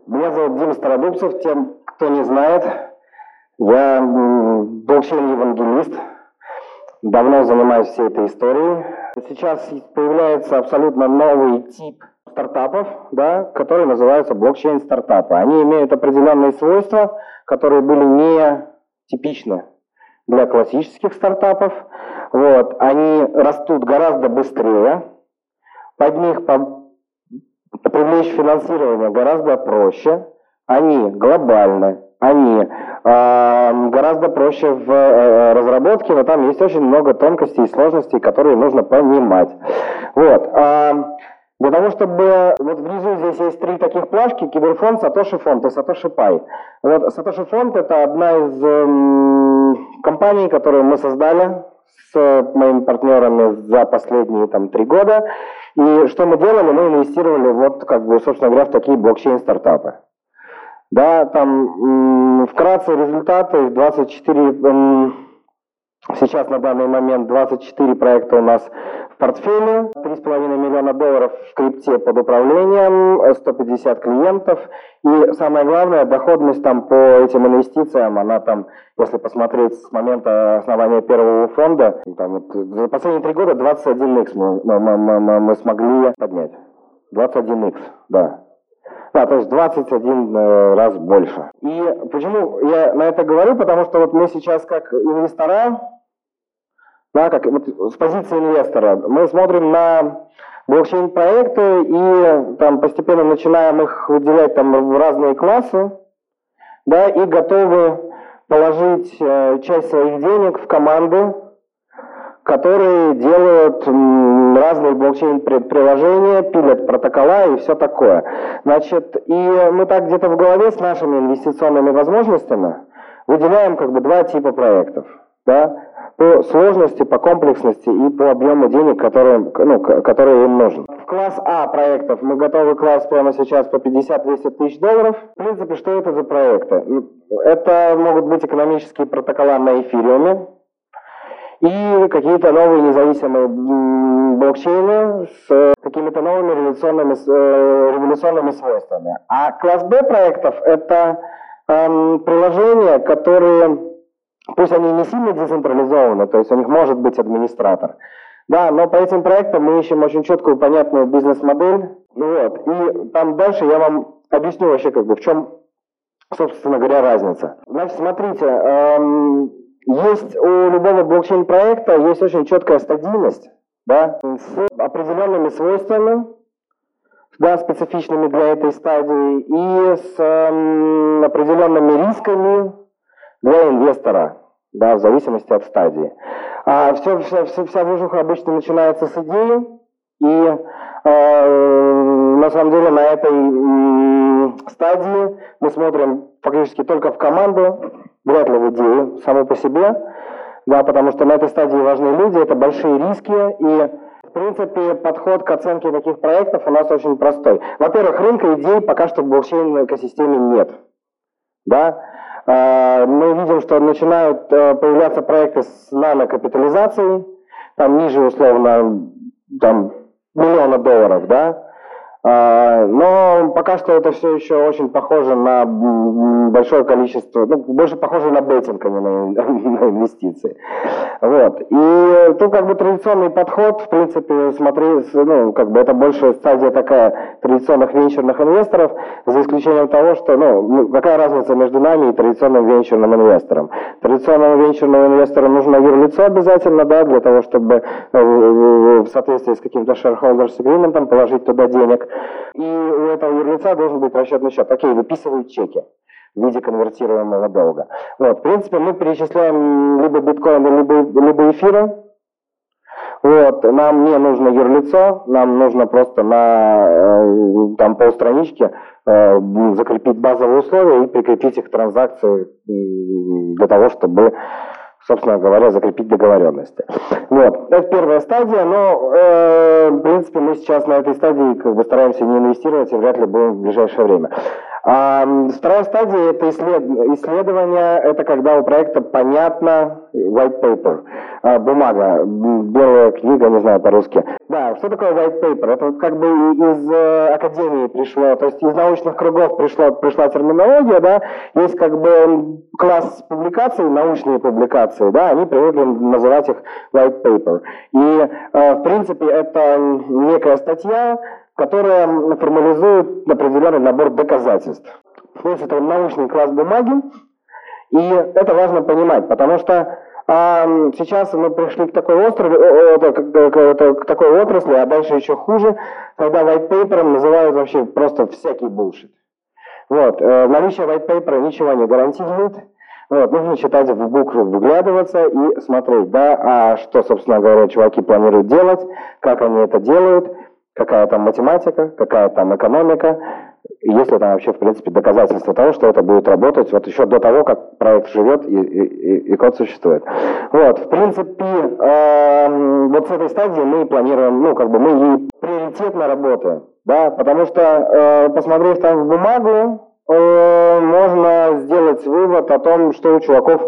Меня зовут Дима Стародубцев. Тем, кто не знает, я блокчейн-евангелист. Давно занимаюсь всей этой историей. Сейчас появляется абсолютно новый тип стартапов, да, которые называются блокчейн-стартапы. Они имеют определенные свойства, которые были не типичны для классических стартапов. Вот. Они растут гораздо быстрее. Под них привлечь финансирование гораздо проще. Они глобальны. Они гораздо проще в разработке, но там есть очень много тонкостей и сложностей, которые нужно понимать. Вот. Для того, чтобы... Вот внизу здесь есть 3 таких плашки: Киберфонд, Сатоши фонд и Сатоши Пай. Вот Сатоши фонд — это одна из компаний, которую мы создали с моими партнерами за последние 3 года. И что мы делали? Мы инвестировали, собственно говоря, в такие блокчейн-стартапы. Да, там вкратце результаты: 24, сейчас на данный момент 24 проекта у нас в портфеле, $3,5 миллиона в крипте под управлением, 150 клиентов. И самое главное, доходность по этим инвестициям, она если посмотреть с момента основания первого фонда, за последние 3 года 21x мы смогли поднять. 21x, да. Да, то есть 21 раз больше. И почему я на это говорю? Потому что мы сейчас как инвестора, да, с позиции инвестора, мы смотрим на блокчейн-проекты и постепенно начинаем их выделять в разные классы, да, и готовы положить часть своих денег в команды, которые делают разные блокчейн-приложения, пилят протокола и все такое. Значит, и мы так где-то в голове с нашими инвестиционными возможностями выделяем 2 типа проектов. Да, по сложности, по комплексности и по объему денег, которые им нужен. В класс А проектов мы готовы класть прямо сейчас по $50-200 тысяч. В принципе, что это за проекты? Это могут быть экономические протокола на эфириуме и какие-то новые независимые блокчейны с какими-то новыми революционными свойствами. А класс Б проектов — это приложения, которые, пусть они не сильно децентрализованы, то есть у них может быть администратор, да, но по этим проектам мы ищем очень четкую, понятную бизнес-модель. Вот. И там дальше я вам объясню вообще, в чем, собственно говоря, разница. Значит, смотрите, есть у любого блокчейн-проекта есть очень четкая стадийность, да, с определенными свойствами, да, специфичными для этой стадии, и с определенными рисками для инвестора, да, в зависимости от стадии. Вся движуха обычно начинается с идеи, и на самом деле на этой стадии мы смотрим фактически только в команду, вряд ли в идею саму по себе, да, потому что на этой стадии важны люди, это большие риски, и в принципе подход к оценке таких проектов у нас очень простой. Во-первых, рынка идей пока что в блокчейн-экосистеме нет, да. Мы видим, что начинают появляться проекты с нанокапитализацией, ниже условно $1 миллиона, да. Но пока что это все еще очень похоже на большое количество, больше похоже на беттинг, а не на инвестиции. Вот. И тут традиционный подход, в принципе, это больше стадия такая традиционных венчурных инвесторов, за исключением того, что, какая разница между нами и традиционным венчурным инвестором. Традиционному венчурному инвестору нужно юрлицо обязательно, да, для того, чтобы в соответствии с каким-то shareholders agreement положить туда денег. И у этого юрлица должен быть расчетный счет. Окей, выписывают чеки в виде конвертируемого долга. Вот, в принципе, мы перечисляем либо биткоины, либо эфиры. Вот, нам не нужно юрлицо, нам нужно просто на полстранички закрепить базовые условия и прикрепить их транзакции для того, чтобы, собственно говоря, закрепить договоренности. Вот. Это первая стадия, но, в принципе, мы сейчас на этой стадии стараемся не инвестировать и вряд ли будем в ближайшее время. Вторая стадия — это исследование, это когда у проекта понятно white paper, бумага, белая книга, не знаю по-русски. Да, Да, что такое white paper? Это вот как бы из академии пришло, то есть из научных кругов пришла терминология, да, есть как бы класс публикаций, научные публикации, да, они привыкли называть их white paper. И, в принципе, это некая статья, которая формализует определенный набор доказательств. То есть это научный класс бумаги, и это важно понимать, потому что сейчас мы пришли к такой отрасли, а дальше еще хуже, когда white paper называют вообще просто всякий bullshit. Вот, наличие white paper ничего не гарантирует. Вот, нужно читать в буквы, вглядываться и смотреть, да, а что, собственно говоря, чуваки планируют делать, как они это делают, какая там математика, какая там экономика, и есть ли там вообще, в принципе, доказательства того, что это будет работать вот еще до того, как проект живет и код существует. Вот, в принципе, вот с этой стадии мы планируем, ну, как бы мы ей приоритетно работаем, да, потому что, посмотрев там в бумагу, можно сделать вывод о том, что у чуваков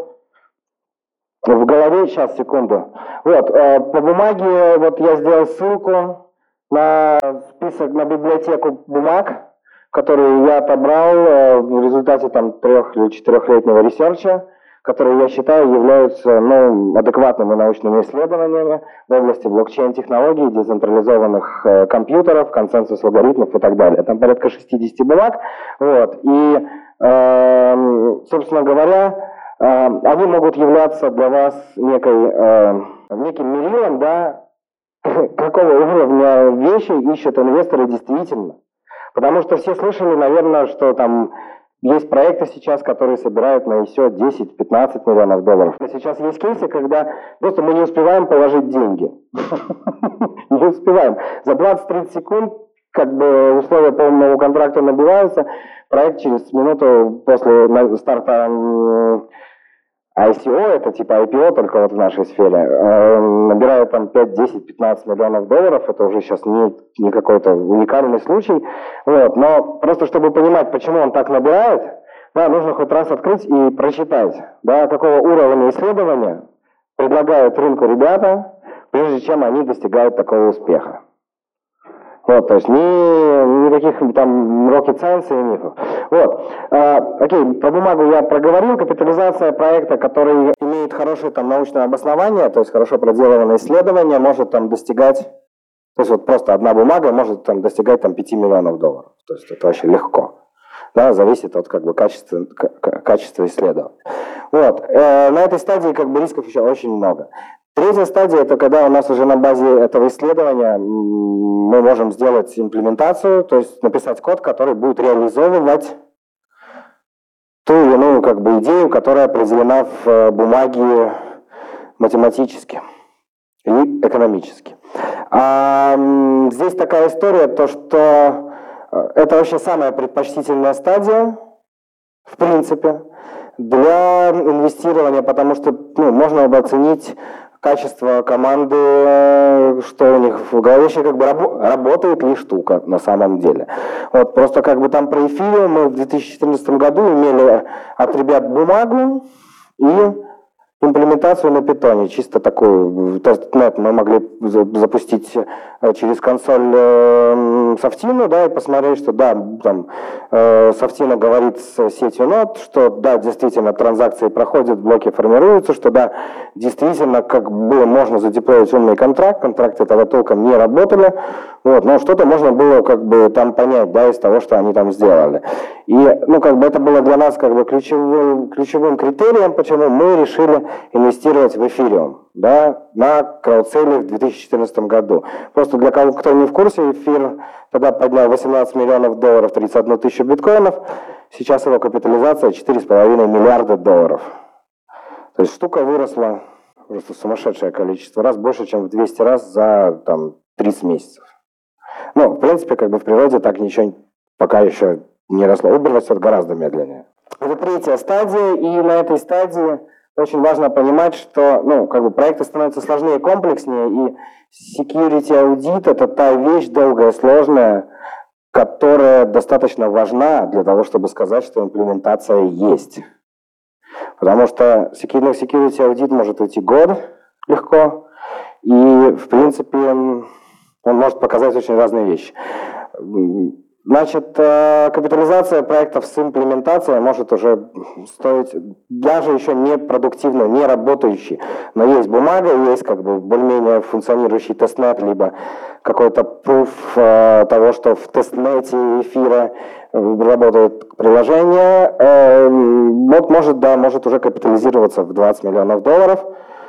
в голове. Сейчас, секунду. Вот, по бумаге, вот я сделал ссылку на список, на библиотеку бумаг, которые я отобрал в результате там 3- или 4-летнего ресерча, которые, я считаю, являются адекватными научными исследованиями в области блокчейн-технологий, децентрализованных компьютеров, консенсус алгоритмов и так далее. Там порядка 60 бумаг. Вот. И, собственно говоря, они могут являться для вас неким мерилом, да, какого уровня вещи ищут инвесторы действительно. Потому что все слышали, наверное, что там есть проекты сейчас, которые собирают на ICO 10-15 миллионов долларов. Сейчас есть кейсы, когда просто мы не успеваем положить деньги. Не успеваем. За 20-30 секунд как бы условия по новому контракту набиваются, проект через минуту после старта ICO, это типа IPO, только вот в нашей сфере, набирает там 5, 10, 15 миллионов долларов, это уже сейчас не какой-то уникальный случай, вот, но просто чтобы понимать, почему он так набирает, да, нужно хоть раз открыть и прочитать, да, какого уровня исследования предлагают рынку ребята, прежде чем они достигают такого успеха. Вот, то есть никаких там rocket science и мифов. Вот. Окей, про бумагу я проговорил. Капитализация проекта, который имеет хорошее там научное обоснование, то есть хорошо проделанное исследование, может там достигать, то есть вот просто одна бумага может там достигать там 5 миллионов долларов. То есть это вообще легко. Да, зависит от как бы качества исследования. Вот. На этой стадии как бы рисков еще очень много. Третья стадия – это когда у нас уже на базе этого исследования мы можем сделать имплементацию, то есть написать код, который будет реализовывать ту или иную как бы идею, которая определена в бумаге математически и экономически. Здесь такая история, то что это вообще самая предпочтительная стадия, в принципе, для инвестирования, потому что можно оценить качество команды, что у них в голове еще как бы работает ли штука на самом деле. Вот просто как бы там про эфириум мы в 2014 году имели от ребят бумагу и имплементацию на питоне, чисто такую тестнет мы могли запустить через консоль Софтину, да, и посмотреть, что да, там Софтина говорит с сетью нод, что да, действительно транзакции проходят, блоки формируются, что да, действительно как бы можно задеплоить умный контракт, контракты этого толком не работали, вот, но что-то можно было как бы там понять, да, из того, что они там сделали. И, как бы это было для нас как бы ключевым критерием, почему мы решили инвестировать в эфириум, да, на краудсейле в 2014 году. Просто для кого, кто не в курсе, эфир тогда поднял 18 миллионов долларов, 31 тысячу биткоинов, сейчас его капитализация 4,5 миллиарда долларов. То есть штука выросла просто сумасшедшее количество раз, больше, чем в 200 раз за там 30 месяцев. В принципе, как бы в природе так ничего пока еще не росло. Uber растет гораздо медленнее. Это третья стадия, и на этой стадии очень важно понимать, что как бы проекты становятся сложнее и комплекснее, и security audit – это та вещь долгая, сложная, которая достаточно важна для того, чтобы сказать, что имплементация есть. Потому что security audit может уйти год легко, и, в принципе, Он может показать очень разные вещи. Значит, капитализация проектов с имплементацией может уже стоить даже еще не продуктивно, не работающий. Но есть бумага, есть как бы более-менее функционирующий тестнет, либо какой-то пруф того, что в тестнете эфира работает приложение. Вот может уже капитализироваться в $20 миллионов.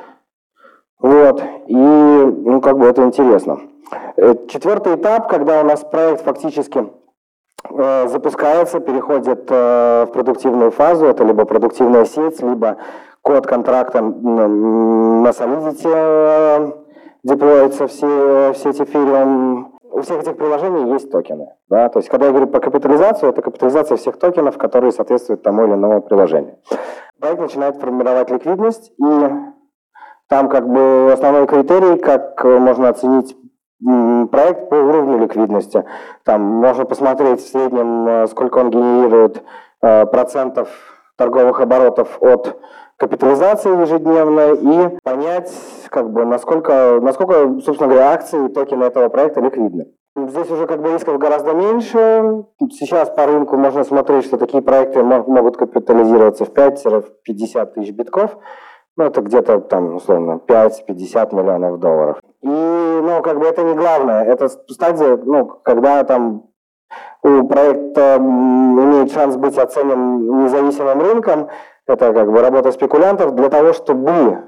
Вот. И, это интересно. Четвертый этап, когда у нас проект фактически запускается, переходит в продуктивную фазу, это либо продуктивная сеть, либо код контракта на Solidity деплоится в сеть Ethereum. У всех этих приложений есть токены. Да? То есть, когда я говорю про капитализацию, это капитализация всех токенов, которые соответствуют тому или иному приложению. Проект начинает формировать ликвидность, и там как бы основной критерий, как можно оценить проект по уровню ликвидности. Там можно посмотреть в среднем, сколько он генерирует процентов торговых оборотов от капитализации ежедневной и понять, насколько, собственно говоря, акции и токены этого проекта ликвидны. Здесь уже рисков гораздо меньше. Сейчас по рынку можно смотреть, что такие проекты могут капитализироваться в 5-50 тысяч битков. Это где-то там, условно, 5-50 миллионов долларов. И, это не главное. Это стадия, когда там у проекта имеет шанс быть оценен независимым рынком. Это работа спекулянтов. Для того, чтобы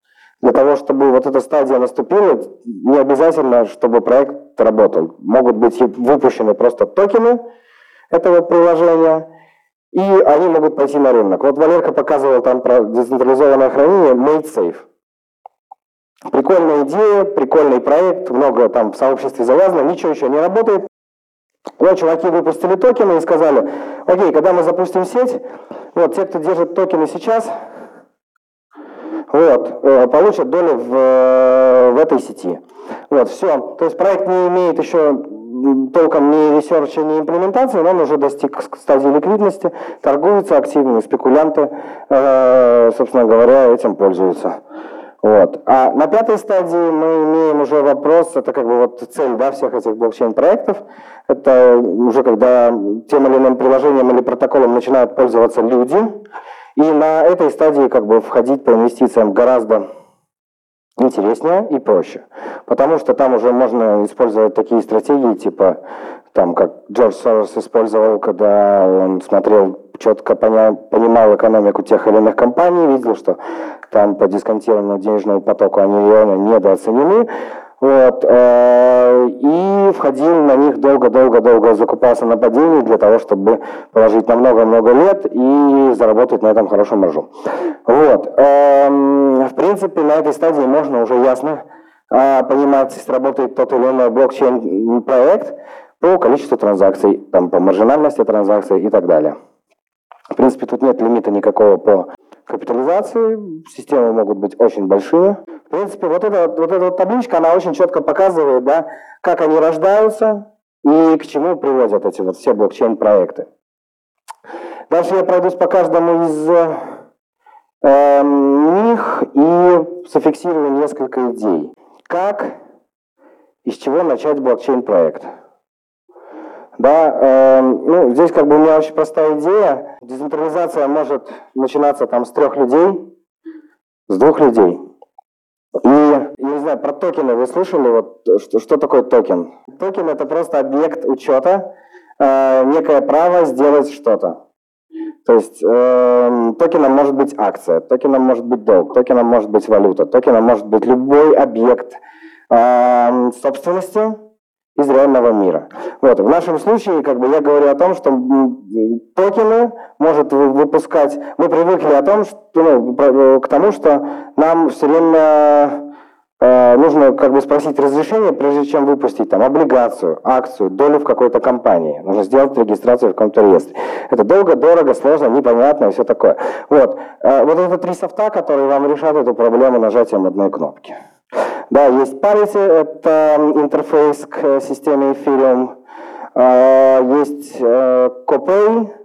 вот эта стадия наступила, не обязательно, чтобы проект работал. Могут быть выпущены просто токены этого приложения, и они могут пойти на рынок. Вот Валерка показывал там про децентрализованное хранение MadeSafe. Прикольная идея, прикольный проект, много там в сообществе завязано, ничего еще не работает. Но чуваки выпустили токены и сказали: окей, когда мы запустим сеть, те, кто держит токены сейчас, получат долю в этой сети. Все. То есть проект не имеет еще толком ни ресерча, ни имплементации, но он уже достиг стадии ликвидности, торгуется активно, спекулянты, собственно говоря, этим пользуются. А на пятой стадии мы имеем уже вопрос, это цель всех этих блокчейн-проектов, это уже когда тем или иным приложением или протоколом начинают пользоваться люди, и на этой стадии входить по инвестициям гораздо интереснее и проще. Потому что там уже можно использовать такие стратегии, типа, как Джордж Сорос использовал, когда он смотрел, четко понимал экономику тех или иных компаний, видел, что там по дисконтированному денежному потоку они реально недооценены. И входил на них долго-долго-долго, закупался на падении для того, чтобы положить на много-много лет и заработать на этом хорошую маржу. В принципе, на этой стадии можно уже ясно понимать, сработает тот или иной блокчейн-проект по количеству транзакций, по маржинальности транзакций и так далее. В принципе, тут нет лимита никакого по капитализации, системы могут быть очень большими. В принципе, вот эта табличка, она очень четко показывает, как они рождаются и к чему приводят эти все блокчейн-проекты. Дальше я пройдусь по каждому из них и зафиксирую несколько идей. Как и с чего начать блокчейн-проект? Здесь у меня очень простая идея. Децентрализация может начинаться с 3 людей, с 2 людей. И, я не знаю, про токены вы слышали? Что такое токен? Токен — это просто объект учета, некое право сделать что-то. То есть токеном может быть акция, токеном может быть долг, токеном может быть валюта, токеном может быть любой объект собственности из реального мира. В нашем случае, я говорю о том, что токены может выпускать. Мы привыкли к тому, что нам все время нужно спросить разрешение, прежде чем выпустить облигацию, акцию, долю в какой-то компании. Нужно сделать регистрацию в каком-то реестре. Это долго, дорого, сложно, непонятно и все такое. Это 3 софта, которые вам решат эту проблему нажатием одной кнопки. Есть Parity, это интерфейс к системе Ethereum. Есть Copay,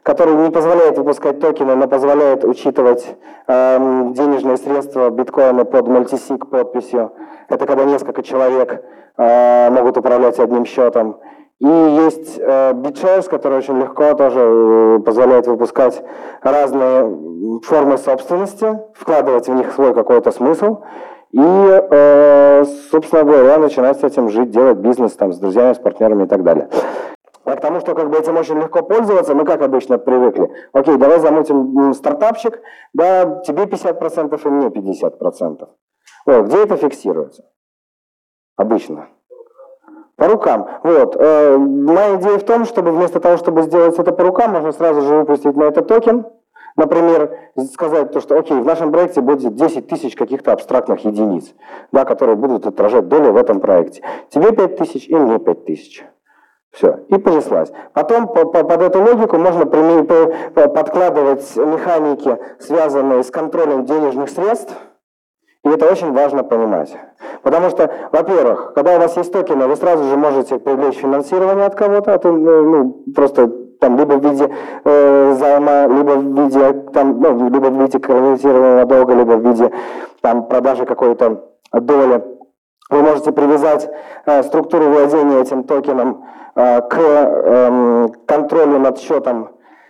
который не позволяет выпускать токены, но позволяет учитывать денежные средства биткоина под мультисиг подписью. Это когда несколько человек могут управлять одним счетом. И есть BitShares, который очень легко тоже позволяет выпускать разные формы собственности, вкладывать в них свой какой-то смысл. И, собственно говоря, начинать с этим жить, делать бизнес там, с друзьями, с партнерами и так далее. А к тому, что как бы этим очень легко пользоваться, мы как обычно привыкли. Окей, давай замутим стартапчик, да, тебе 50% и мне 50%. Вот, где это фиксируется? Обычно. По рукам. Вот. Моя идея в том, чтобы вместо того, чтобы сделать это по рукам, можно сразу же выпустить на это токен. Например, сказать то, что окей, в нашем проекте будет 10 тысяч каких-то абстрактных единиц, да, которые будут отражать долю в этом проекте. Тебе 5 тысяч и мне 5 тысяч. Все, и понеслась. Потом под эту логику можно подкладывать механики, связанные с контролем денежных средств. И это очень важно понимать. Потому что, во-первых, когда у вас есть токены, вы сразу же можете привлечь финансирование от кого-то, просто там либо в виде займа, либо в виде либо в виде конвертированного долга, либо в виде там продажи какой-то доли. Вы можете привязать структуру владения этим токеном к контролю над счетом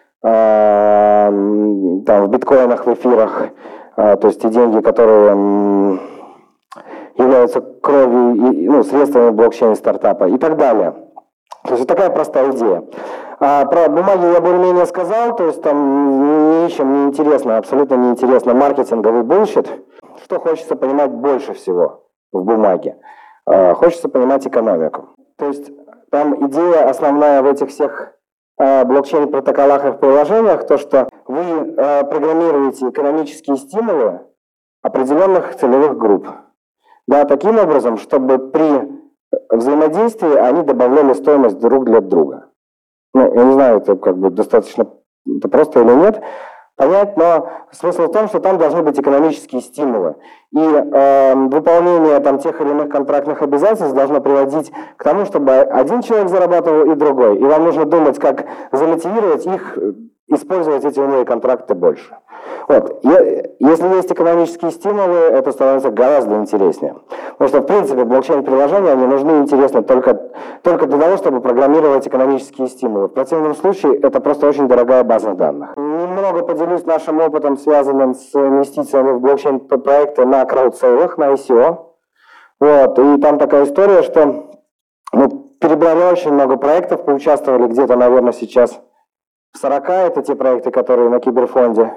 там, в биткоинах, в эфирах. То есть те деньги, которые являются кровью, средствами блокчейн стартапа и так далее. То есть вот такая простая идея. Про бумаги я более-менее сказал, то есть там ничем не интересно, абсолютно не интересно маркетинговый булщит. Что хочется понимать больше всего в бумаге? Хочется понимать экономику. То есть там идея основная в этих всех блокчейн-протоколах и в приложениях, то, что вы программируете экономические стимулы определенных целевых групп. Да, таким образом, чтобы при взаимодействии они добавляли стоимость друг для друга. Я не знаю, это как бы достаточно это просто или нет понять, но смысл в том, что там должны быть экономические стимулы. И выполнение там тех или иных контрактных обязательств должно приводить к тому, чтобы один человек зарабатывал и другой. И вам нужно думать, как замотивировать их использовать эти умные контракты больше. Вот. Если есть экономические стимулы, это становится гораздо интереснее. Потому что, в принципе, блокчейн-приложения, они нужны и интересны только для того, чтобы программировать экономические стимулы. В противном случае, это просто очень дорогая база данных. Немного поделюсь нашим опытом, связанным с инвестициями в блокчейн-проекты на краудсейлах, на ICO. Вот. И там такая история, что мы перебрали очень много проектов, поучаствовали где-то, наверное, сейчас в 40, это те проекты, которые на Киберфонде.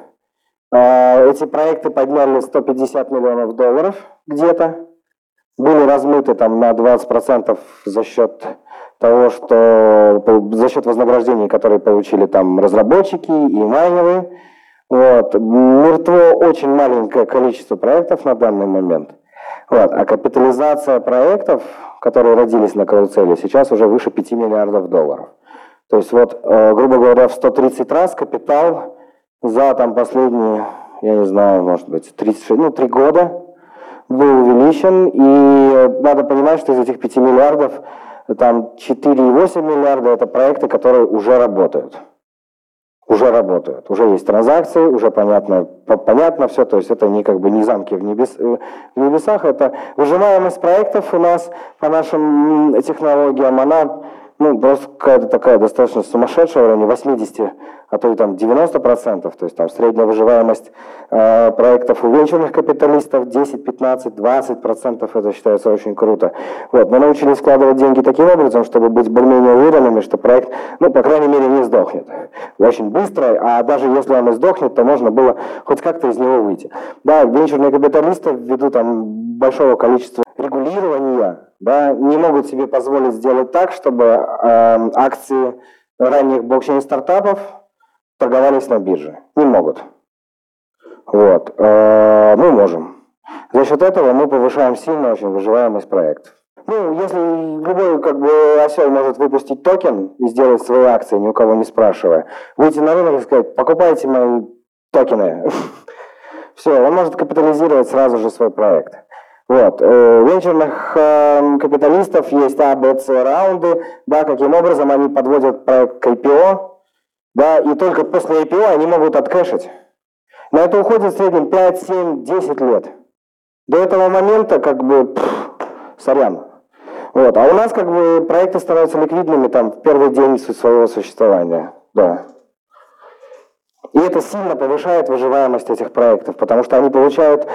Эти проекты подняли $150 миллионов где-то. Были размыты там на 20% за счет того, что за счет вознаграждений, которые получили там разработчики и майнеры. Вот. Мертво очень маленькое количество проектов на данный момент. Вот. А капитализация проектов, которые родились на краудсейле, сейчас уже выше $5 миллиардов. То есть вот, грубо говоря, в 130 раз капитал за там последние, я не знаю, может быть, 3 года был увеличен. И надо понимать, что из этих 5 миллиардов там 4,8 миллиарда это проекты, которые уже работают. Уже есть транзакции, уже понятно все, то есть это не замки в небесах, это выжимаемость проектов у нас по нашим технологиям, она просто какая-то такая достаточно сумасшедшая, в районе 80, а то и там 90%, то есть там средняя выживаемость проектов у венчурных капиталистов 10, 15, 20%, это считается очень круто. Вот, мы научились вкладывать деньги таким образом, чтобы быть более-менее уверенными, что проект, по крайней мере, не сдохнет очень быстро, а даже если он и сдохнет, то можно было хоть как-то из него выйти. Да, венчурные капиталисты ввиду там большого количества регулирования, да, не могут себе позволить сделать так, чтобы акции ранних блокчейн-стартапов торговались на бирже. Не могут. Вот. Мы можем. За счет этого мы повышаем сильно очень выживаемость проектов. Если любой осел может выпустить токен и сделать свои акции, ни у кого не спрашивая, выйти на рынок и сказать, покупайте мои токены. Все, он может капитализировать сразу же свой проект. Вот. У венчурных капиталистов есть А, Б, С раунды, да, каким образом они подводят проект к IPO, Да, и только после IPO они могут откэшить. На это уходит в среднем 5, 7, 10 лет. До этого момента как бы сорян. Вот. А у нас как бы проекты становятся ликвидными там в первый день своего существования. Да. И это сильно повышает выживаемость этих проектов, потому что они получают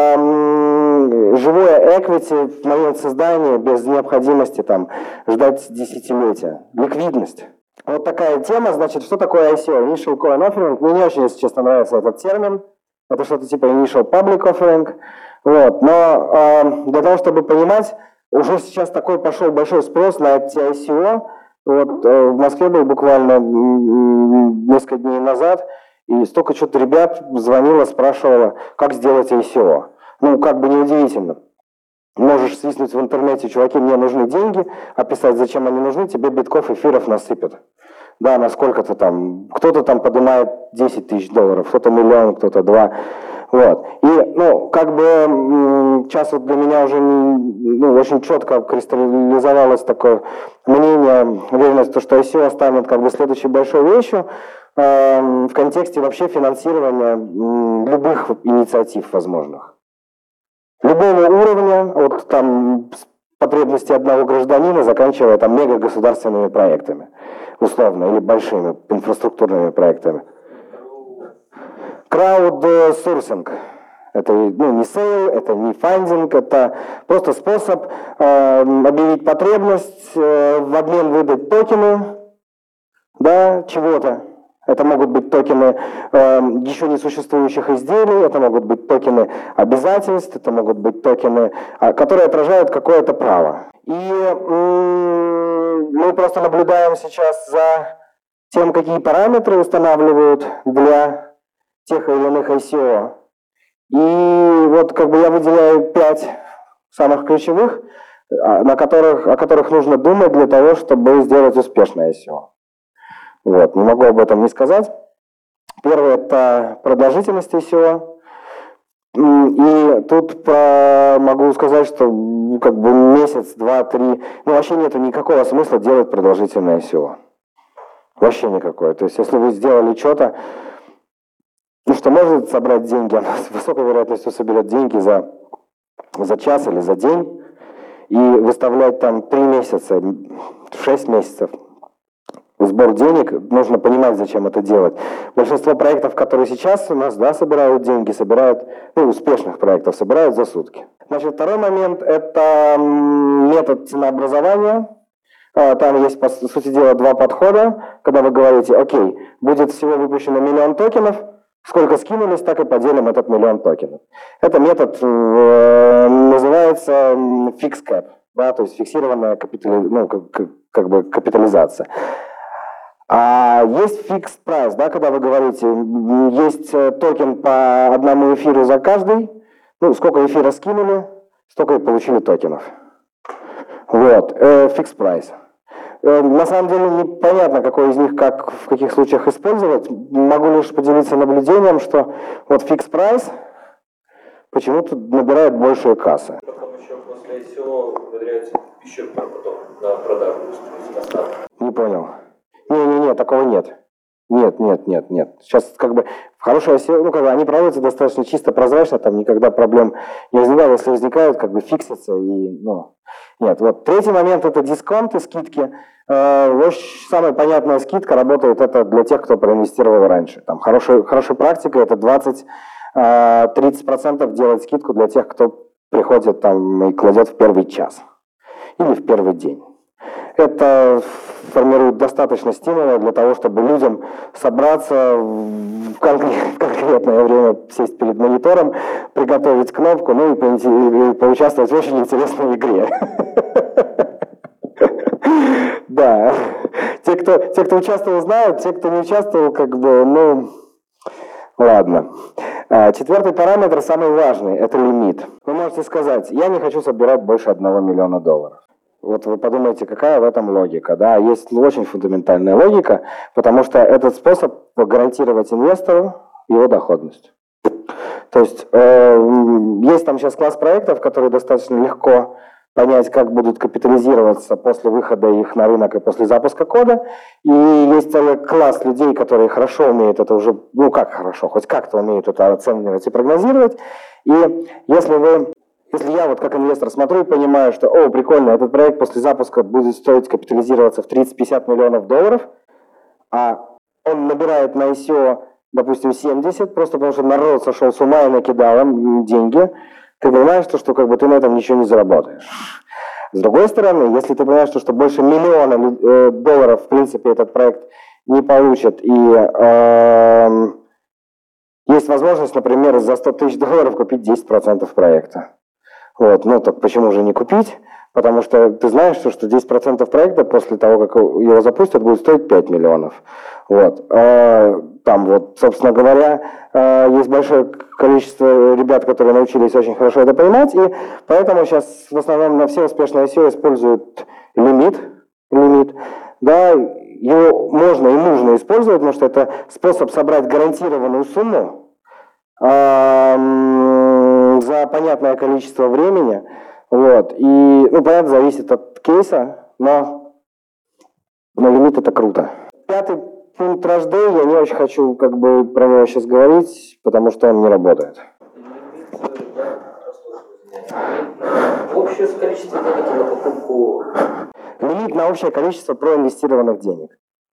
живое equity в момент создания без необходимости там, ждать десятилетия. Ликвидность. Вот такая тема, значит, что такое ICO? Initial Coin Offering. Мне не очень, если честно, нравится этот термин. Это что-то типа Initial Public Offering. Вот. Но для того, чтобы понимать, уже сейчас такой пошел большой спрос на эти ICO. Вот, в Москве был буквально несколько дней назад, и столько что-то ребят звонило, спрашивало, как сделать ICO. Ну, как бы неудивительно. Можешь свистнуть в интернете, чуваки, мне нужны деньги, описать, зачем они нужны, тебе битков, эфиров насыпят. Да, на сколько-то там, кто-то там поднимает 10 тысяч долларов, кто-то миллион, кто-то 2. Вот. И, ну, как бы сейчас вот для меня уже очень четко кристаллизовалось такое мнение, уверенность, что ICO станет как бы следующей большой вещью в контексте вообще финансирования любых инициатив возможных. Любого уровня, от там потребностей одного гражданина, заканчивая там мегагосударственными проектами, условно, или большими инфраструктурными проектами. Краудсорсинг. Это не сейл, это не фандинг, это просто способ объявить потребность, в обмен выдать токены, да, чего-то. Это могут быть токены еще не существующих изделий, это могут быть токены обязательств, это могут быть токены, которые отражают какое-то право. И мы просто наблюдаем сейчас за тем, какие параметры устанавливают для тех или иных ICO. И вот как бы я выделяю 5 самых ключевых, о которых нужно думать для того, чтобы сделать успешное ICO. Вот, не могу об этом не сказать. Первое – это продолжительность ICO. И тут могу сказать, что как бы месяц, 2, 3, вообще нет никакого смысла делать продолжительное ICO. Вообще никакой. То есть, если вы сделали что-то, что может собрать деньги, она с высокой вероятностью соберет деньги за час или за день, и выставлять там 3 месяца, 6 месяцев сбор денег, нужно понимать, зачем это делать. Большинство проектов, которые сейчас у нас собирают деньги, успешных проектов собирают за сутки. Значит, второй момент – это метод ценообразования. Там есть, по сути дела, 2 подхода. Когда вы говорите, окей, будет всего выпущено 1 миллион токенов, сколько скинулись, так и поделим этот 1 миллион токенов. Это метод называется fixed cap, да, то есть фиксированная капитализация. А есть fixed price, да, когда вы говорите, есть токен по 1 эфиру за каждый, сколько эфира скинули, столько и получили токенов. Вот, fixed price. На самом деле непонятно, какой из них в каких случаях использовать. Могу лишь поделиться наблюдением, что вот fixed price почему-то набирает большие кассы. Потом еще после ICO внедряется еще потом на продажу. Не понял. Не, такого нет. Нет. Сейчас как бы хорошая ICO, они проводятся достаточно чисто, прозрачно, там никогда проблем не возникает. Если возникают, как бы фиксятся и, Нет, вот третий момент – это дисконты, скидки. Самая понятная скидка работает это для тех, кто проинвестировал раньше. Там хорошая практика – это 20-30% делать скидку для тех, кто приходит там и кладет в первый час или в первый день. Это формирует достаточно стимула для того, чтобы людям собраться в конкретное время, сесть перед монитором, приготовить кнопку, и поучаствовать в очень интересной игре. Да. Те, кто участвовал, знают, те, кто не участвовал, ладно. 4-й параметр, самый важный, это лимит. Вы можете сказать, я не хочу собирать больше $1 миллиона. Вот вы подумайте, какая в этом логика, да? Есть очень фундаментальная логика, потому что этот способ гарантировать инвестору его доходность. То есть есть там сейчас класс проектов, которые достаточно легко понять, как будут капитализироваться после выхода их на рынок и после запуска кода. И есть целый класс людей, которые хорошо умеют это уже, ну как хорошо, хоть как-то умеют это оценивать и прогнозировать. И если я вот как инвестор смотрю и понимаю, что, о, прикольно, этот проект после запуска будет стоить капитализироваться в 30-50 миллионов долларов, а он набирает на ICO, допустим, 70, просто потому что народ сошел с ума и накидал им деньги, ты понимаешь, что как бы ты на этом ничего не заработаешь. С другой стороны, если ты понимаешь, что больше миллиона долларов, в принципе, этот проект не получит, и есть возможность, например, за 100 тысяч долларов купить 10% проекта. Вот, ну так почему же не купить? Потому что ты знаешь, что 10% проекта после того, как его запустят, будет стоить 5 миллионов. Вот. Там вот, собственно говоря, есть большое количество ребят, которые научились очень хорошо это понимать, и поэтому сейчас в основном на все успешные ICO используют лимит. Да, его можно и нужно использовать, потому что это способ собрать гарантированную сумму за понятное количество времени. Вот. И, ну, понятно, зависит от кейса, но лимит это круто. Пятый пункт Rushday, я не очень хочу как бы про него сейчас говорить, потому что он не работает. Общее количество денег на покупку. Лимит на общее количество проинвестированных денег.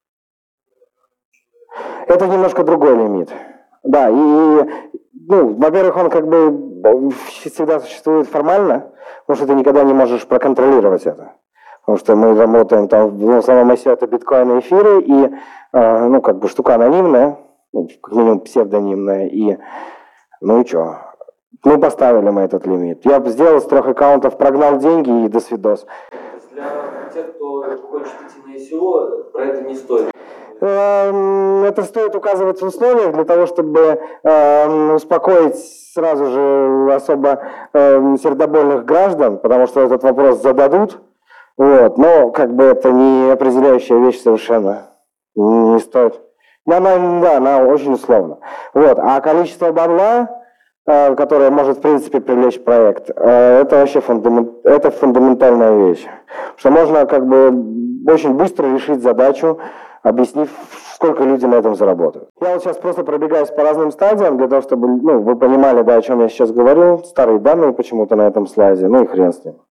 Это немножко другой лимит. Да, ну, во-первых, он как бы всегда существует формально, потому что ты никогда не можешь проконтролировать это. Потому что мы работаем там, в основном ICO это биткоины, эфиры, и, ну, как бы штука анонимная, ну, как минимум псевдонимная, и, ну и что? Ну, поставили мы этот лимит. Я сделал с 3 аккаунтов, прогнал деньги и до свидос. Для тех, кто хочет идти на ICO, про это не стоит. Это стоит указывать в условиях для того, чтобы успокоить сразу же особо сердобольных граждан, потому что этот вопрос зададут. Вот. Но как бы это не определяющая вещь совершенно. Не стоит. Она очень условна. Вот. А количество бабла, которое может в принципе привлечь проект, это вообще фундаментальная вещь. Что можно как бы очень быстро решить задачу, объяснив, сколько люди на этом заработают. Я вот сейчас просто пробегаюсь по разным стадиям, для того, чтобы вы понимали, да, о чем я сейчас говорю. Старые данные почему-то на этом слайде, ну и хрен с ним.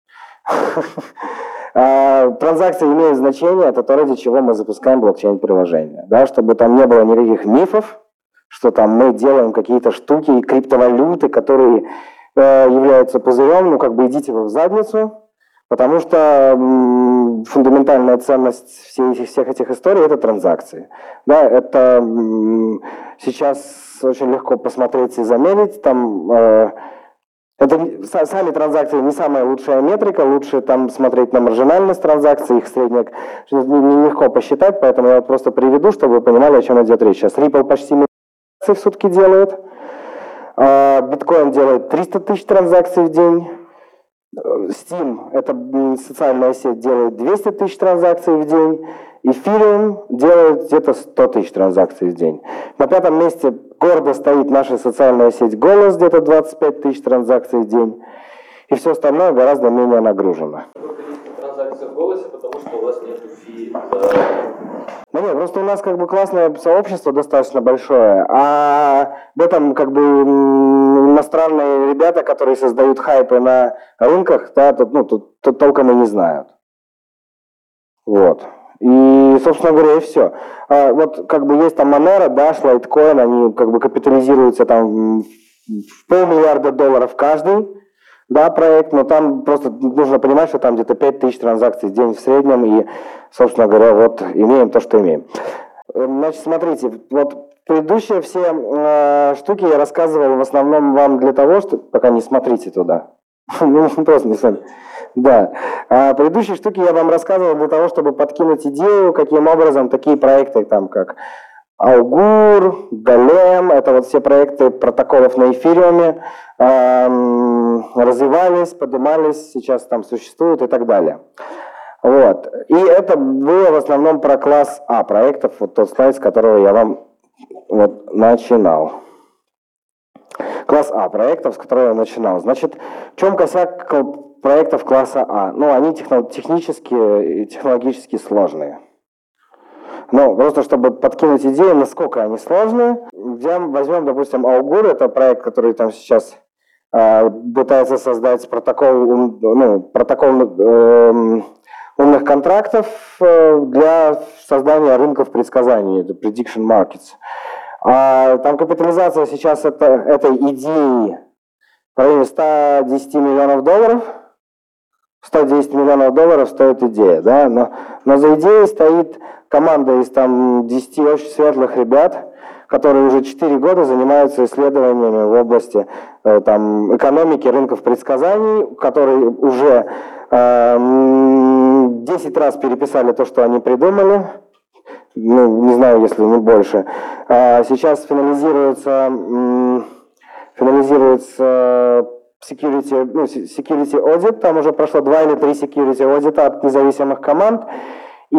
Транзакции имеют значение, это то, ради чего мы запускаем блокчейн-приложение. Да, чтобы там не было никаких мифов, что там мы делаем какие-то штуки и криптовалюты, которые являются пузырем, ну как бы идите вы в задницу. Потому что фундаментальная ценность всех этих историй – это транзакции. Да, это сейчас очень легко посмотреть и замерить. Там, сами транзакции не самая лучшая метрика, лучше там смотреть на маржинальность транзакций, их средняк нелегко посчитать, поэтому я вот просто приведу, чтобы вы понимали, о чем идет речь. Сейчас Ripple почти миллион транзакций в сутки делает, биткоин делает 300 тысяч транзакций в день. Steam, это социальная сеть, делает 200 тысяч транзакций в день. Ethereum делает где-то 100 тысяч транзакций в день. На 5-м месте гордо стоит наша социальная сеть Голос, где-то 25 тысяч транзакций в день. И все остальное гораздо менее нагружено. Транзакции в Голосе, потому что у вас нет фи. Ну нет, просто у нас как бы классное сообщество достаточно большое, а в этом как бы иностранные ребята, которые создают хайпы на рынках, да, тут толком и не знают. Вот. И, собственно говоря, и все. Вот как бы есть там Monero, Dash, Litecoin, они как бы капитализируются там в $500 миллиарда каждый. Да, проект, но там просто нужно понимать, что там где-то 5000 транзакций в день в среднем, и, собственно говоря, вот имеем то, что имеем. Значит, смотрите, вот предыдущие все штуки я рассказывал в основном вам для того, что... Пока не смотрите туда. Ну, просто не смотрите. Да. Предыдущие штуки я вам рассказывал для того, чтобы подкинуть идею, каким образом такие проекты, там, как Augur, Golem, это вот все проекты протоколов на эфириуме, развивались, поднимались, сейчас там существуют и так далее. Вот. И это было в основном про класс А проектов, вот тот слайд, с которого я вам вот начинал. Класс А проектов, с которого я начинал. Значит, в чем косяк проектов класса А. Ну, они технически и технологически сложные. Ну, просто чтобы подкинуть идею, насколько они сложные, возьмем, допустим, Augur, это проект, который там сейчас пытается создать протокол умных контрактов для создания рынков предсказаний, это prediction markets. Там капитализация сейчас этой идеи в районе $110 миллионов. 110 миллионов долларов стоит идея, да, но за идеей стоит команда из там 10 очень светлых ребят, которые уже 4 года занимаются исследованиями в области там, экономики, рынков предсказаний, которые уже 10 раз переписали то, что они придумали, ну, не знаю, если не больше. Сейчас финализируется security audit, там уже прошло 2 или 3 security аудита от независимых команд. И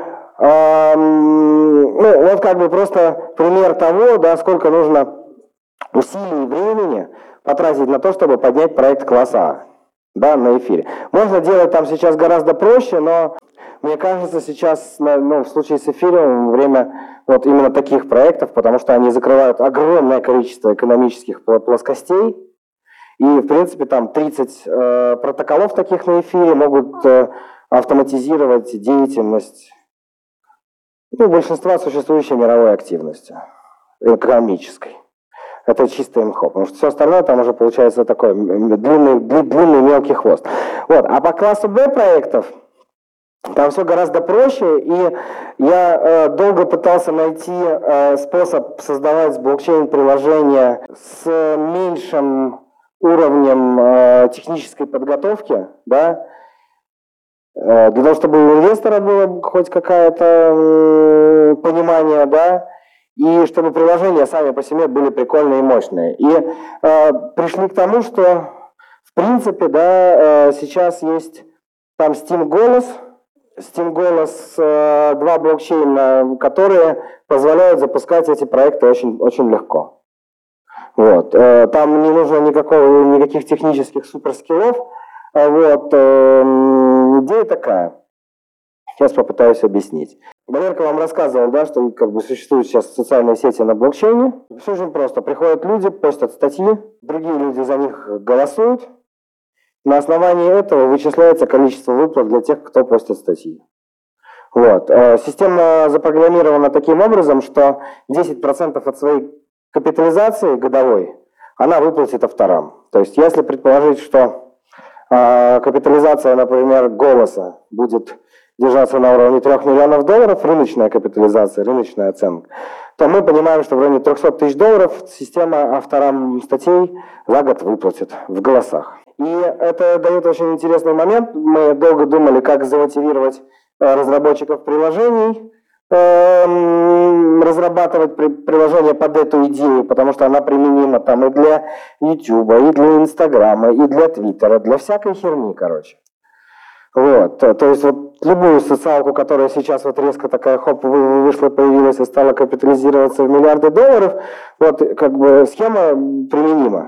вот как бы просто пример того, да, сколько нужно усилий и времени потратить на то, чтобы поднять проект класса А, да, на эфире. Можно делать там сейчас гораздо проще, но мне кажется, сейчас, в случае с эфириумом время вот именно таких проектов, потому что они закрывают огромное количество экономических плоскостей. И, в принципе, там 30 протоколов таких на эфире могут автоматизировать деятельность большинства существующей мировой активности, экономической. Это чисто имхо, потому что все остальное там уже получается такой длинный мелкий хвост. Вот. А по классу Б проектов там все гораздо проще, и я долго пытался найти способ создавать блокчейн-приложения с меньшим уровнем технической подготовки, да, для того, чтобы у инвестора было хоть какое-то понимание, да, и чтобы приложения сами по себе были прикольные и мощные. И пришли к тому, что, в принципе, да, сейчас есть там Steam Golos, два блокчейна, которые позволяют запускать эти проекты очень, очень легко. Вот. Там не нужно никаких технических суперскиллов. Вот. Идея такая. Сейчас попытаюсь объяснить. Валерка вам рассказывал, да, что как бы существуют сейчас социальные сети на блокчейне. Все очень просто. Приходят люди, постят статьи, другие люди за них голосуют. На основании этого вычисляется количество выплат для тех, кто постит статьи. Вот. Система запрограммирована таким образом, что 10% от своей капитализации годовой она выплатит авторам. То есть, если предположить, что капитализация, например, Голоса будет держаться на уровне $3 миллионов, рыночная капитализация, рыночная оценка, то мы понимаем, что в районе $300 тысяч система авторам статей за год выплатит в голосах. И это дает очень интересный момент. Мы долго думали, как замотивировать разработчиков приложений, разрабатывать приложение под эту идею, потому что она применима там и для YouTube, и для Инстаграма, и для Твиттера, для всякой херни, короче. Вот. То есть вот любую социалку, которая сейчас вот резко такая вышла, появилась и стала капитализироваться в миллиарды долларов, вот как бы схема применима.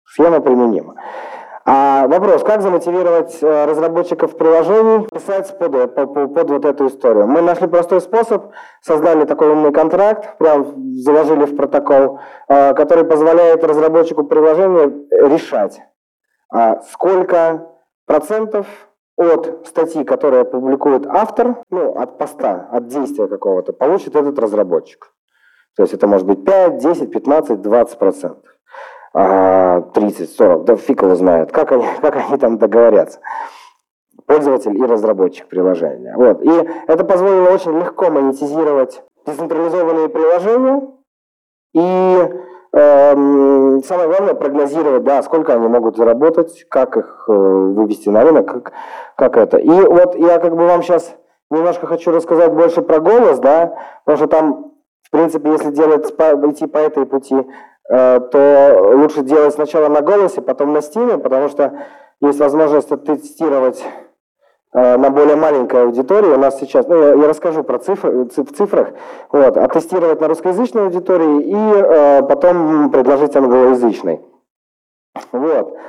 А вопрос, как замотивировать разработчиков приложений писать под вот эту историю? Мы нашли простой способ, создали такой умный контракт, прям заложили в протокол, который позволяет разработчику приложения решать, сколько процентов от статьи, которую публикует автор, от поста, от действия какого-то, получит этот разработчик. То есть это может быть 5, 10, 15, 20%. 30, 40, да фиг его знает, как они там договорятся. Пользователь и разработчик приложения. Вот. И это позволило очень легко монетизировать децентрализованные приложения и самое главное прогнозировать, да, сколько они могут заработать, как их вывести на рынок, как это. И вот я как бы вам сейчас немножко хочу рассказать больше про голос, да, потому что там, в принципе, если идти по этой пути, то лучше делать сначала на голосе, потом на стиме, потому что есть возможность оттестировать на более маленькой аудитории. У нас сейчас, я расскажу про цифры в цифрах, вот, оттестировать на русскоязычной аудитории и потом предложить англоязычной. Вот.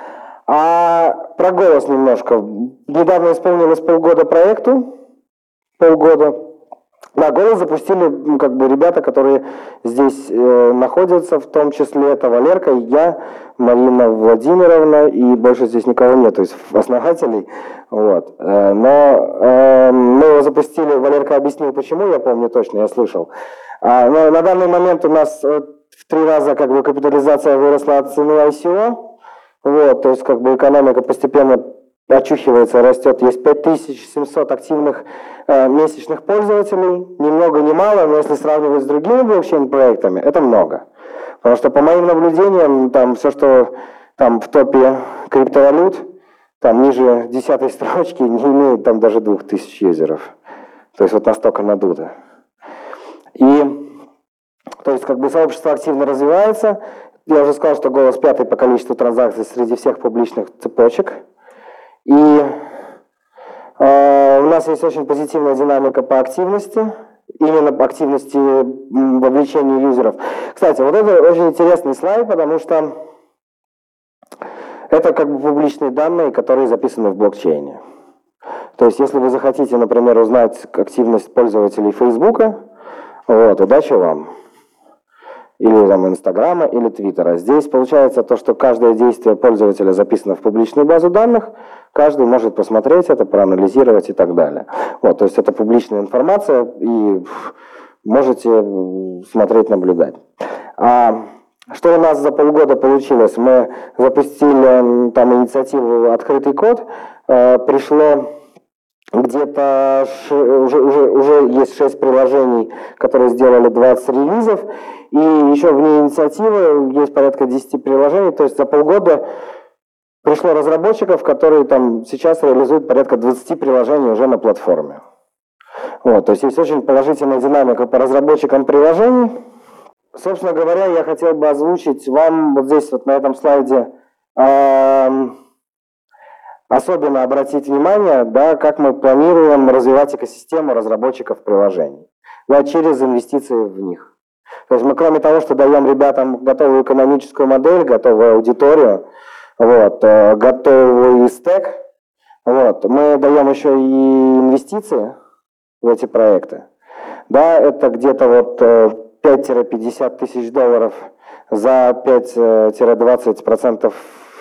А про голос немножко. Недавно исполнилось полгода проекту. Полгода. Да, голос запустили как бы ребята, которые здесь находятся, в том числе это Валерка, я, Марина Владимировна, и больше здесь никого нет, то есть основателей. Вот. Но мы его запустили, Валерка объяснил, почему, я помню точно, я слышал. Но на данный момент у нас в 3 раза как бы капитализация выросла от цены ICO. Вот, то есть как бы экономика постепенно очухивается, растет. Есть 5700 активных месячных пользователей. Ни много, ни мало, но если сравнивать с другими блокчейн-проектами, это много. Потому что по моим наблюдениям, там все, что там в топе криптовалют, там ниже 10 строчки, не имеет там даже 2000 юзеров. То есть вот настолько надуто. И, то есть как бы сообщество активно развивается. Я уже сказал, что голос 5-й по количеству транзакций среди всех публичных цепочек. И у нас есть очень позитивная динамика по активности, именно по активности вовлечения юзеров. Кстати, вот это очень интересный слайд, потому что это как бы публичные данные, которые записаны в блокчейне. То есть, если вы захотите, например, узнать активность пользователей Фейсбука, вот, удачи вам. Или там Инстаграма, или Твиттера. Здесь получается то, что каждое действие пользователя записано в публичную базу данных, каждый может посмотреть это, проанализировать и так далее. Вот, то есть это публичная информация, и можете смотреть, наблюдать. Что у нас за полгода получилось? Мы запустили там инициативу «Открытый код», пришло где-то уже есть 6 приложений, которые сделали 20 релизов, и еще вне инициативы есть порядка 10 приложений, то есть за полгода пришло разработчиков, которые там сейчас реализуют порядка 20 приложений уже на платформе. Вот, то есть очень положительная динамика по разработчикам приложений. Собственно говоря, я хотел бы озвучить вам вот здесь вот на этом слайде особенно обратить внимание, да, как мы планируем развивать экосистему разработчиков приложений, да, через инвестиции в них. То есть мы, кроме того, что даем ребятам готовую экономическую модель, готовую аудиторию, вот, готовый стек, вот, мы даем еще и инвестиции в эти проекты. Да, это где-то вот 5-50 тысяч долларов за 5-20%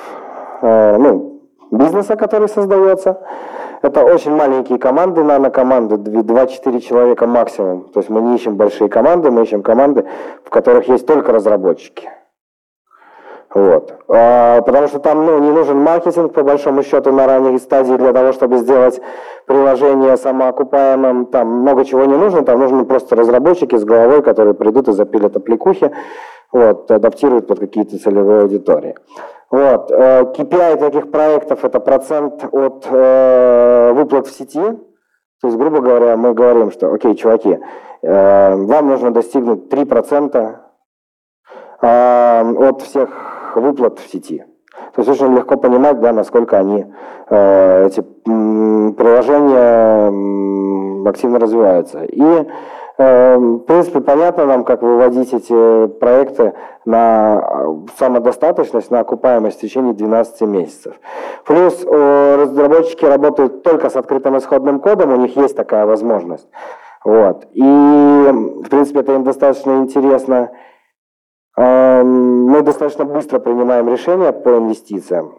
бизнеса, который создается. Это очень маленькие команды, нано-команды, 2-4 человека максимум. То есть мы не ищем большие команды, мы ищем команды, в которых есть только разработчики. Вот. Потому что там не нужен маркетинг, по большому счету, на ранней стадии для того, чтобы сделать приложение самоокупаемым. Там много чего не нужно, там нужны просто разработчики с головой, которые придут и запилят аппликухи, вот, адаптируют под какие-то целевые аудитории. Вот. KPI таких проектов – это процент от выплат в сети. То есть, грубо говоря, мы говорим, что, окей, чуваки, вам нужно достигнуть 3% от всех выплат в сети. То есть очень легко понимать, да, насколько они, эти приложения активно развиваются. И, в принципе, понятно нам, как выводить эти проекты на самодостаточность, на окупаемость в течение 12 месяцев. Плюс разработчики работают только с открытым исходным кодом, у них есть такая возможность. Вот. И, в принципе, это им достаточно интересно. Мы достаточно быстро принимаем решения по инвестициям.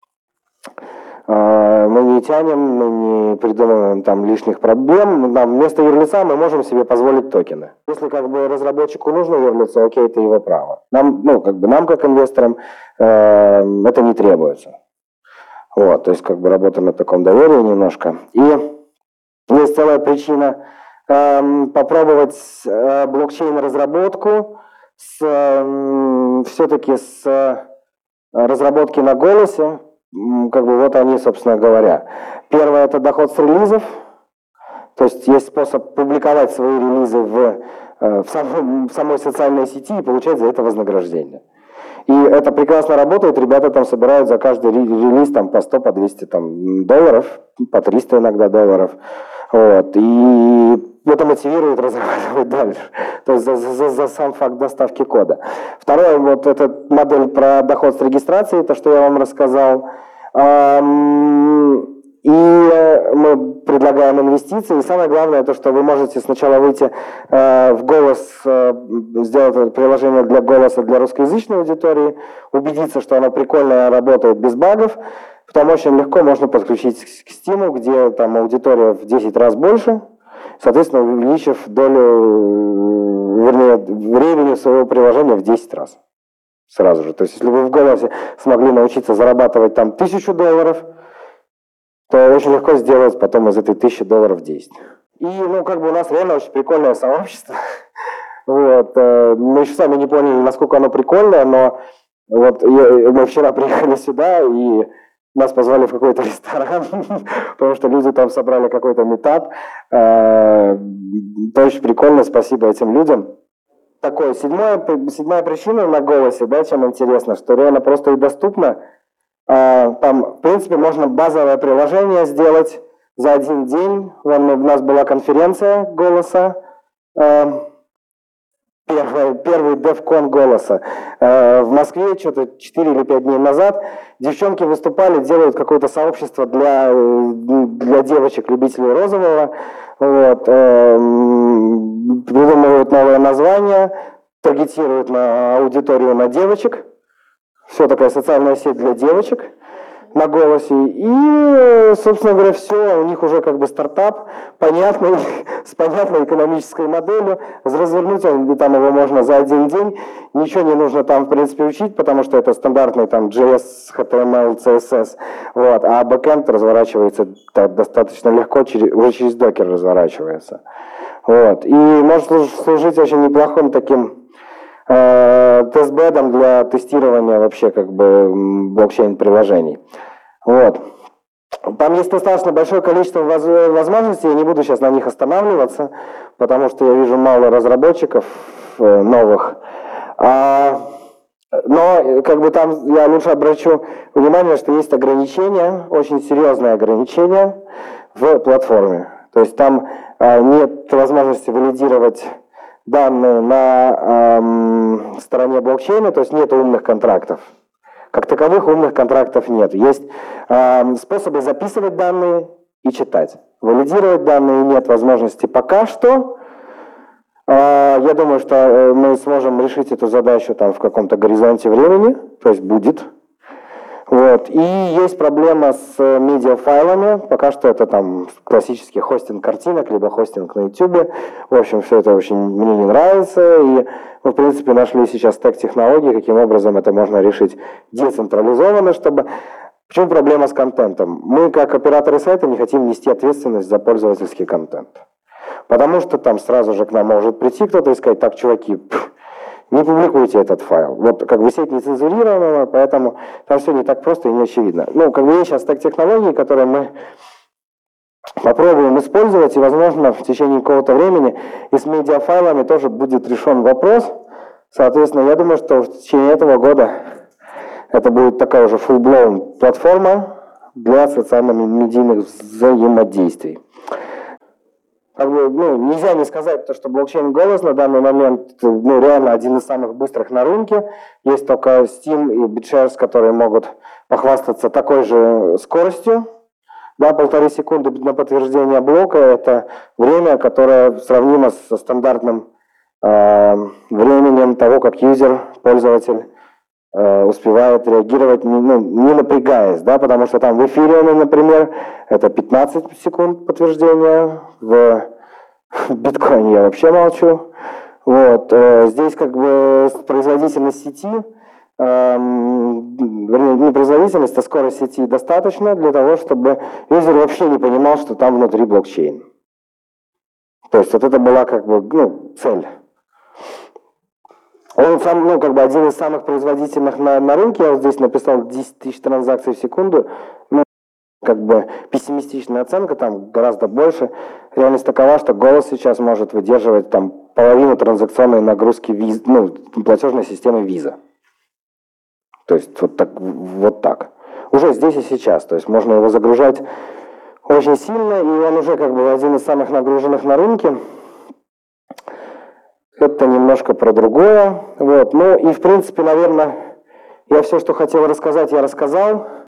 Мы не тянем, мы не придумываем там лишних проблем. Вместо юрлица мы можем себе позволить токены. Если как бы разработчику нужно юрлицо, окей, это его право. Нам, нам как инвесторам это не требуется. Вот, то есть как бы работа на таком доверии немножко. И есть целая причина попробовать блокчейн-разработку все-таки с разработки на голосе. Как бы вот они, собственно говоря. Первое – это доход с релизов. То есть есть способ публиковать свои релизы в самой социальной сети и получать за это вознаграждение. И это прекрасно работает. Ребята там собирают за каждый релиз там, по 100, по 200 там, долларов, по 300 иногда долларов. Вот. И это мотивирует разрабатывать дальше. То есть за сам факт доставки кода. Второе, вот эта модель про доход с регистрации, то, что я вам рассказал. И мы предлагаем инвестиции. И самое главное, то, что вы можете сначала выйти в голос, сделать приложение для голоса для русскоязычной аудитории, убедиться, что оно прикольно работает без багов. Потом очень легко можно подключить к Steam, где там аудитория в 10 раз больше, соответственно, увеличив долю, вернее, времени своего приложения в 10 раз. Сразу же. То есть, если вы в голосе смогли научиться зарабатывать там $1000, то очень легко сделать потом из этой $1000 10. И, ну, как бы у нас реально очень прикольное сообщество. Вот. Мы еще сами не поняли, насколько оно прикольное, но вот мы вчера приехали сюда, и нас позвали в какой-то ресторан, потому что люди там собрали какой-то митап. Это очень прикольно, спасибо этим людям. Такое, седьмая причина на голосе, да, чем интересно, что реально просто и доступно. Там, в принципе, можно базовое приложение сделать за один день. У нас была конференция голоса, первый DevCon голоса. В Москве что-то 4 или 5 дней назад девчонки выступали, делают какое-то сообщество для девочек, любителей розового. Вот. Придумывают новое название, таргетируют на аудиторию на девочек. Все, такая социальная сеть для девочек на голосе. И, собственно говоря, все, у них уже как бы стартап, понятный, с понятной экономической моделью. Развернуть там его можно за один день. Ничего не нужно там, в принципе, учить, потому что это стандартный там JS, HTML, CSS. Вот. А бэкэнд разворачивается достаточно легко, уже через докер разворачивается. Вот. И может служить очень неплохим таким тестбедом для тестирования вообще как бы блокчейн-приложений. Вот. Там есть достаточно большое количество возможностей, я не буду сейчас на них останавливаться, потому что я вижу мало разработчиков новых. Но как бы там я лучше обращу внимание, что есть ограничения, очень серьезные ограничения в платформе. То есть там нет возможности валидировать данные на стороне блокчейна, то есть нет умных контрактов. Как таковых умных контрактов нет. Есть способы записывать данные и читать. Валидировать данные нет возможности пока что. Я думаю, что мы сможем решить эту задачу там в каком-то горизонте времени, то есть будет. Вот. И есть проблема с медиафайлами. Пока что это там классический хостинг картинок, либо хостинг на YouTube. В общем, все это очень мне не нравится. И мы, в принципе, нашли сейчас стек технологий, каким образом это можно решить децентрализованно, чтобы... Почему проблема с контентом? Мы, как операторы сайта, не хотим нести ответственность за пользовательский контент. Потому что там сразу же к нам может прийти кто-то и сказать: так, чуваки, не публикуйте этот файл. Вот как бы сеть не цензурирована, поэтому там все не так просто и не очевидно. Ну, как бы есть сейчас так технологии, которые мы попробуем использовать, и, возможно, в течение какого-то времени и с медиафайлами тоже будет решен вопрос. Соответственно, я думаю, что в течение этого года это будет такая уже full-blown платформа для социально-медийных взаимодействий. Как бы, нельзя не сказать, что блокчейн-голос на данный момент реально один из самых быстрых на рынке. Есть только Steam и BitShares, которые могут похвастаться такой же скоростью. Да, 1,5 секунды на подтверждение блока – это время, которое сравнимо со стандартным временем того, как пользователь успевает реагировать, не напрягаясь, да, потому что там в Ethereum, например, это 15 секунд подтверждения, в биткоине я вообще молчу. Вот. Здесь как бы производительность сети, не производительность, а скорость сети достаточно для того, чтобы юзер вообще не понимал, что там внутри блокчейн. То есть вот это была как бы цель. Он сам, как бы один из самых производительных на рынке. Я вот здесь написал 10 тысяч транзакций в секунду. Как бы пессимистичная оценка, там гораздо больше. Реальность такова, что голос сейчас может выдерживать там половину транзакционной нагрузки платежной системы Visa. То есть вот так. Уже здесь и сейчас. То есть можно его загружать очень сильно, и он уже как бы один из самых нагруженных на рынке. Это немножко про другое. Вот. Ну и в принципе, наверное, я все, что хотел рассказать, я рассказал.